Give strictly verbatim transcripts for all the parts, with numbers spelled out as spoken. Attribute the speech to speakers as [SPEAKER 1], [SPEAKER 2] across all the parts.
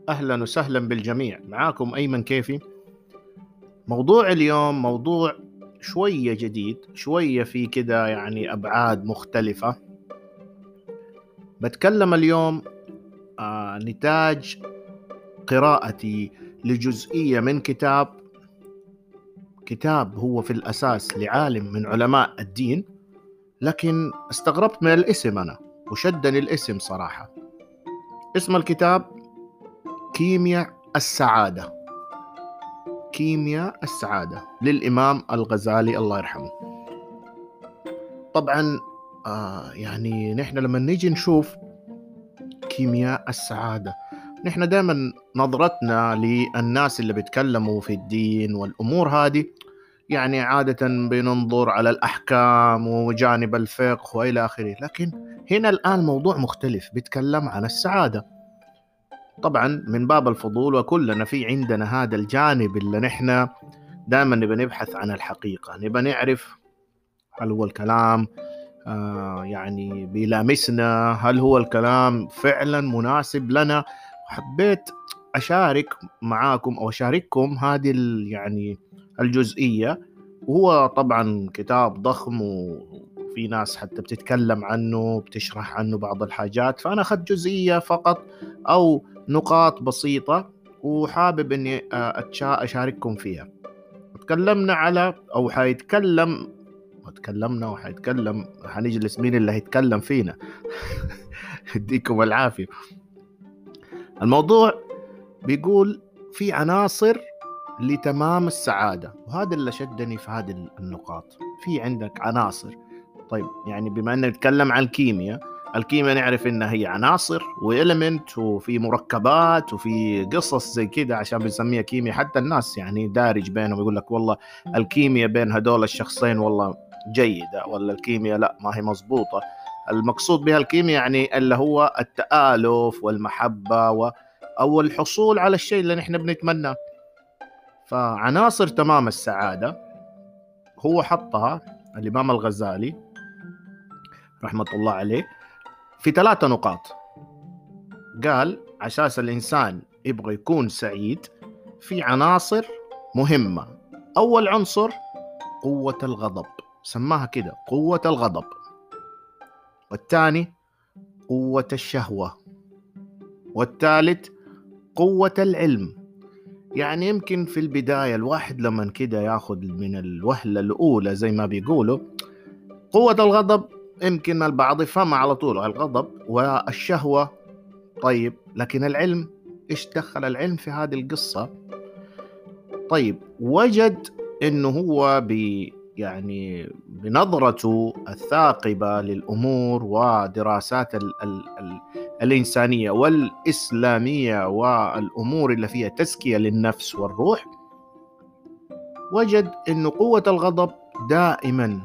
[SPEAKER 1] أهلا وسهلا بالجميع، معاكم أيمن كيفي. موضوع اليوم موضوع شوية جديد، شوية في كده يعني أبعاد مختلفة. بتكلم اليوم آه نتاج قراءتي لجزئية من كتاب كتاب هو في الأساس لعالم من علماء الدين، لكن استغربت من الاسم أنا وشدني الاسم صراحة. اسم الكتاب كيمياء السعادة. كيمياء السعادة للإمام الغزالي الله يرحمه. طبعا آه يعني نحن لما نيجي نشوف كيمياء السعادة، نحن دائما نظرتنا للناس اللي بيتكلموا في الدين والأمور هذه، يعني عادة بننظر على الأحكام وجانب الفقه وإلى آخره، لكن هنا الآن موضوع مختلف بيتكلم عن السعادة. طبعا من باب الفضول، وكلنا في عندنا هذا الجانب اللي نحن دائما نبى نبحث عن الحقيقة، نبى نعرف هل هو الكلام آه يعني بيلامسنا، هل هو الكلام فعلا مناسب لنا. وحبيت أشارك معاكم أو أشارككم هذه يعني الجزئية. وهو طبعا كتاب ضخم وفي ناس حتى بتتكلم عنه بتشرح عنه بعض الحاجات، فأنا أخذت جزئية فقط أو نقاط بسيطة وحابب أني أشارككم فيها. تكلمنا على أو حيتكلم وتكلمنا وحيتكلم حنجلس مين اللي هيتكلم فينا. يديكم العافية. الموضوع بيقول في عناصر لتمام السعادة، وهذا اللي شدني في هذه النقاط. في عندك عناصر، طيب يعني بما أن نتكلم عن الكيمياء، الكيمياء نعرف إنها هي عناصر وإلمنت وفي مركبات وفي قصص زي كده عشان بنسميها كيمياء. حتى الناس يعني دارج بينهم يقول لك والله الكيمياء بين هدول الشخصين والله جيدة، ولا الكيمياء لا ما هي مضبوطة. المقصود بها الكيمياء يعني اللي هو التآلف والمحبة و أو الحصول على الشيء اللي نحن بنتمناه. فعناصر تمام السعادة هو حطها الإمام الغزالي رحمة الله عليه في ثلاثة نقاط. قال عساس الإنسان يبغى يكون سعيد في عناصر مهمة. أول عنصر قوة الغضب، سماها كده قوة الغضب. والثاني قوة الشهوة. والثالث قوة العلم. يعني يمكن في البداية الواحد لما كده ياخذ من الوهلة الأولى زي ما بيقولوا قوة الغضب، يمكن البعض يفهم على طول الغضب والشهوة. طيب لكن العلم، إيش دخل العلم في هذه القصة؟ طيب وجد إنه هو بي يعني بنظرته الثاقبة للأمور ودراسات ال ال ال الإنسانية والإسلامية والأمور اللي فيها تزكية للنفس والروح، وجد إنه قوة الغضب دائما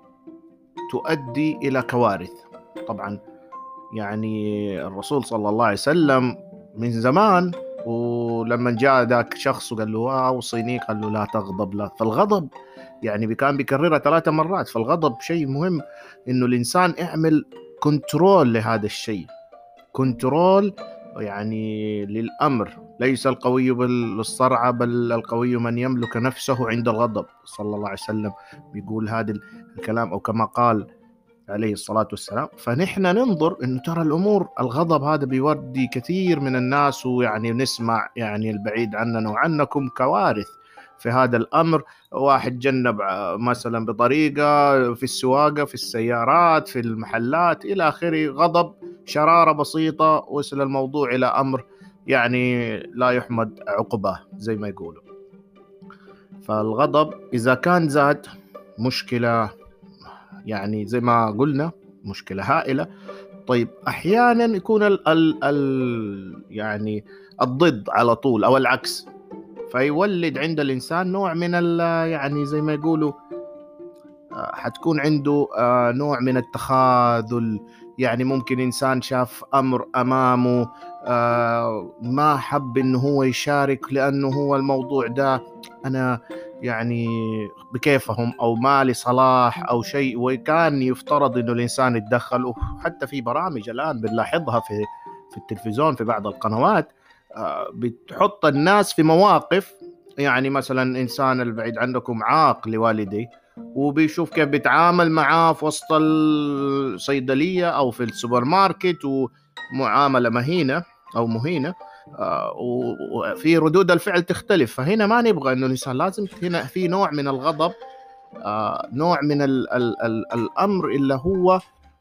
[SPEAKER 1] تؤدي إلى كوارث. طبعا يعني الرسول صلى الله عليه وسلم من زمان، ولما جاء ذاك شخص وقال له أوصيني قال له لا تغضب لا. فالغضب يعني كان بيكررها ثلاثة مرات. فالغضب شيء مهم إنه الإنسان يعمل كنترول لهذا الشيء، كنترول يعني للأمر. ليس القوي بالصرعة بل القوي من يملك نفسه عند الغضب. صلى الله عليه وسلم بيقول هذا الكلام أو كما قال عليه الصلاة والسلام. فنحن ننظر إنه ترى الأمور الغضب هذا بيودي كثير من الناس، ويعني نسمع يعني البعيد عننا وعنكم كوارث في هذا الأمر. واحد جنب مثلا بطريقة في السواقة في السيارات في المحلات إلى آخره، غضب شرارة بسيطة وصل الموضوع إلى أمر يعني لا يحمد عقباه زي ما يقولوا. فالغضب إذا كان زاد مشكلة، يعني زي ما قلنا مشكلة هائلة. طيب أحيانا يكون ال ال ال يعني الضد على طول أو العكس، فيولد عند الإنسان نوع من ال يعني زي ما يقولوا حتكون عنده نوع من التخاذل. يعني ممكن إنسان شاف أمر أمامه ما حب إنه هو يشارك لأنه هو الموضوع ده أنا يعني بكيفهم أو ما لي صلاح أو شيء، وكان يفترض إنه الإنسان يتدخل. حتى في برامج الآن بنلاحظها في في التلفزيون في بعض القنوات بتحط الناس في مواقف، يعني مثلا إنسان البعيد عنكم عاق لوالديه، وبيشوف كيف بيتعامل معاه في وسط الصيدلية أو في السوبر ماركت، ومعاملة مهينة أو مهينة، وفي ردود الفعل تختلف. فهنا ما نبغى إنه الإنسان، لازم هنا في نوع من الغضب، نوع من ال ال ال الأمر اللي هو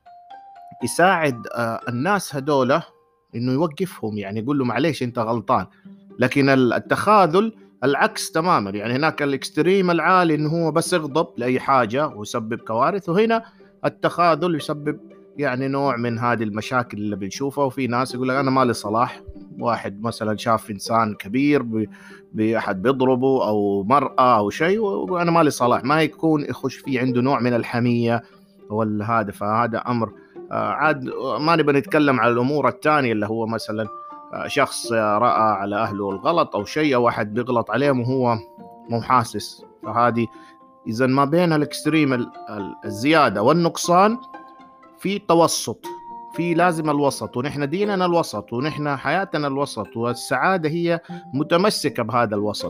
[SPEAKER 1] يساعد الناس هدولة إنه يوقفهم، يعني يقول له معليش أنت غلطان. لكن التخاذل العكس تماما، يعني هناك الاكستريم العالي إنه هو بس يغضب لأي حاجة ويسبب كوارث، وهنا التخاذل يسبب يعني نوع من هذه المشاكل اللي بنشوفها. وفي ناس يقول لك أنا مالي صلاح، واحد مثلا شاف إنسان كبير بأحد بيضربه أو مرأة أو شيء، وأنا مالي صلاح، ما يكون يخش فيه عنده نوع من الحمية والهذا. فهذا أمر عاد ما نبغى نتكلم على الأمور الثانية، اللي هو مثلا شخص رأى على أهله الغلط أو شيء، أو واحد بيغلط عليهم وهو مو حاسس. فهذه إذا ما بين الاكستريم الزيادة والنقصان في توسط، في لازم الوسط، ونحن ديننا الوسط، ونحن حياتنا الوسط، والسعادة هي متمسكة بهذا الوسط.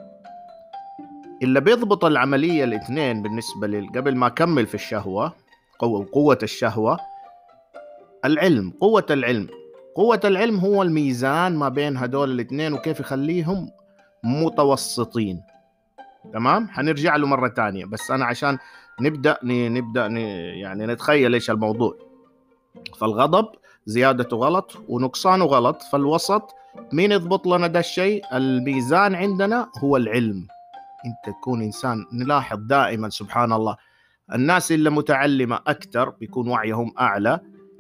[SPEAKER 1] اللي بيضبط العملية الاثنين بالنسبة لي قبل ما أكمل في الشهوة، قوة الشهوة، العلم، قوة العلم. قوة العلم هو الميزان ما بين هدول الاثنين، وكيف يخليهم متوسطين. تمام، حنرجع له مرة تانية، بس أنا عشان نبدأ نبدأ يعني نتخيل إيش الموضوع. فالغضب زيادته غلط ونقصانه غلط، فالوسط مين يضبط لنا ده الشيء؟ الميزان عندنا هو العلم. أنت تكون إنسان، نلاحظ دائما سبحان الله الناس اللي متعلمة أكثر بيكون وعيهم أعلى،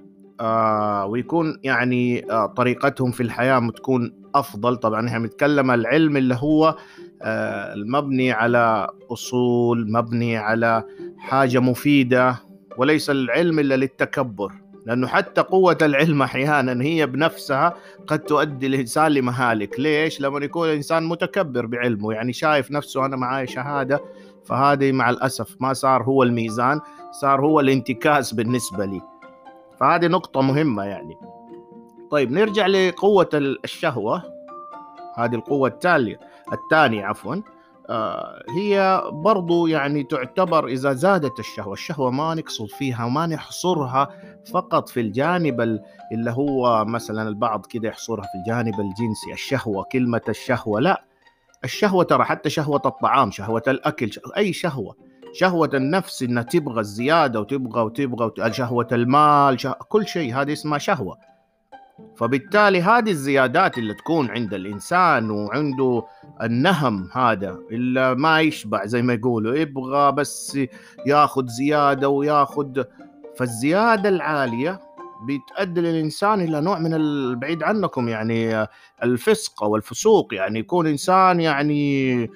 [SPEAKER 1] آه ويكون يعني آه طريقتهم في الحياة تكون أفضل. طبعا احنا بنتكلم العلم اللي هو آه المبني على أصول، مبني على حاجة مفيدة، وليس العلم إلا للتكبر. لأنه حتى قوة العلم أحيانا هي بنفسها قد تؤدي الإنسان لمهالك. ليش؟ لما يكون الإنسان متكبر بعلمه، يعني شايف نفسه أنا معاي شهادة، فهذه مع الأسف ما صار هو الميزان، صار هو الانتكاس بالنسبة لي. فهذه نقطة مهمة يعني. طيب نرجع لقوة الشهوة، هذه القوة التالية الثانية عفوا، آه هي برضو يعني تعتبر إذا زادت الشهوة، الشهوة ما نقصد فيها وما نحصرها فقط في الجانب اللي هو مثلا البعض كده يحصرها في الجانب الجنسي، الشهوة كلمة الشهوة، لا، الشهوة ترى حتى شهوة الطعام، شهوة الأكل، أي شهوة، شهوة النفس إنها تبغى الزيادة وتبغى وتبغى، شهوة المال، شه... كل شيء هذه اسمها شهوة. فبالتالي هذه الزيادات اللي تكون عند الإنسان وعنده النهم هذا اللي ما يشبع زي ما يقولوا، يبغى بس ياخذ زيادة وياخذ، فالزيادة العالية بتؤدي للإنسان إلى نوع من البعيد عنكم يعني الفسق والفسوق، يعني يكون إنسان يعني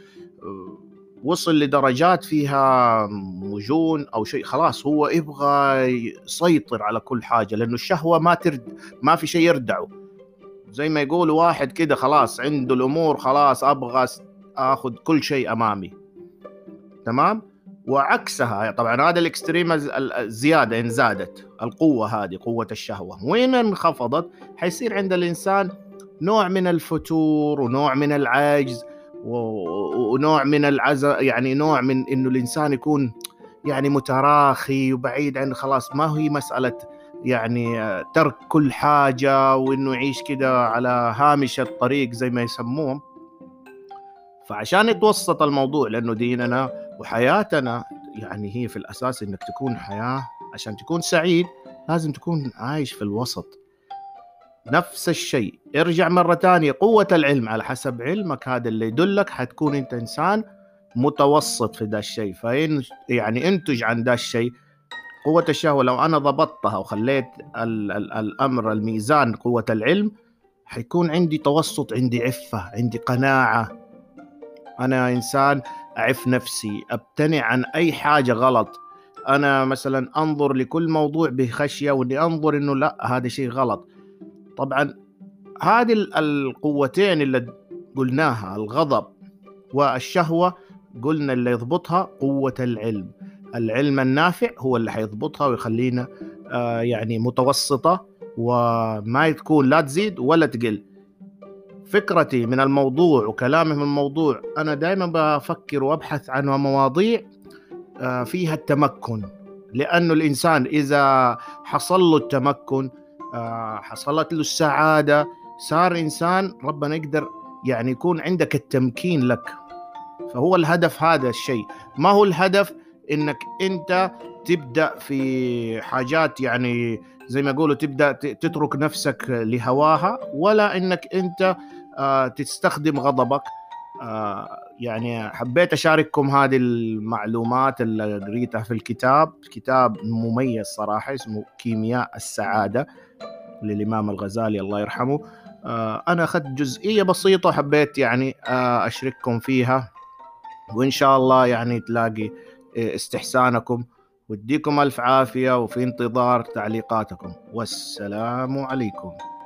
[SPEAKER 1] وصل لدرجات فيها مجون أو شيء، خلاص هو يبغى يسيطر على كل حاجة، لأنه الشهوة ما ترد، ما في شيء يردعه. زي ما يقول واحد كده خلاص عنده الأمور، خلاص أبغى أخذ كل شيء أمامي. تمام. وعكسها طبعا هذا الاكستريم الزيادة، إن زادت القوة هذه قوة الشهوة وين انخفضت، حيصير عند الإنسان نوع من الفتور ونوع من العجز ونوع من العزة، يعني نوع من إنه الإنسان يكون يعني متراخي وبعيد عن، خلاص ما هي مسألة يعني ترك كل حاجة وإنه يعيش كده على هامش الطريق زي ما يسموهم. فعشان يتوسط الموضوع، لأنه ديننا وحياتنا يعني هي في الأساس إنك تكون حياة، عشان تكون سعيد لازم تكون عايش في الوسط. نفس الشيء ارجع مرة تانية، قوة العلم على حسب علمك هذا اللي يدلك حتكون انت انسان متوسط في ذا الشيء، فإن يعني انتج عن ذا الشيء. قوة الشهوة لو انا ضبطتها وخليت ال ال الامر الميزان قوة العلم، حيكون عندي توسط، عندي عفة، عندي قناعة، انا انسان اعف نفسي، ابتنع عن اي حاجة غلط. انا مثلا انظر لكل موضوع بخشية، واني انظر انه لا هذا شيء غلط. طبعا هذه القوتين اللي قلناها، الغضب والشهوة، قلنا اللي يضبطها قوة العلم. العلم النافع هو اللي حيضبطها ويخلينا آه يعني متوسطة، وما تكون لا تزيد ولا تقل. فكرتي من الموضوع وكلامي من الموضوع، أنا دائما بفكر وأبحث عن مواضيع فيها التمكن، لأنه الإنسان إذا حصل له التمكن، حصلت له السعادة، صار إنسان ربنا يقدر يعني يكون عندك التمكين لك. فهو الهدف هذا الشيء، ما هو الهدف إنك أنت تبدأ في حاجات يعني زي ما يقولوا تبدأ تترك نفسك لهواها، ولا إنك أنت تستخدم غضبك. يعني حبيت أشارككم هذه المعلومات اللي قريتها في الكتاب، كتاب مميز صراحة اسمه كيمياء السعادة للإمام الغزالي الله يرحمه. أنا أخذت جزئية بسيطة وحبيت يعني أشارككم فيها، وإن شاء الله يعني تلاقي استحسانكم، وديكم ألف عافية، وفي انتظار تعليقاتكم، والسلام عليكم.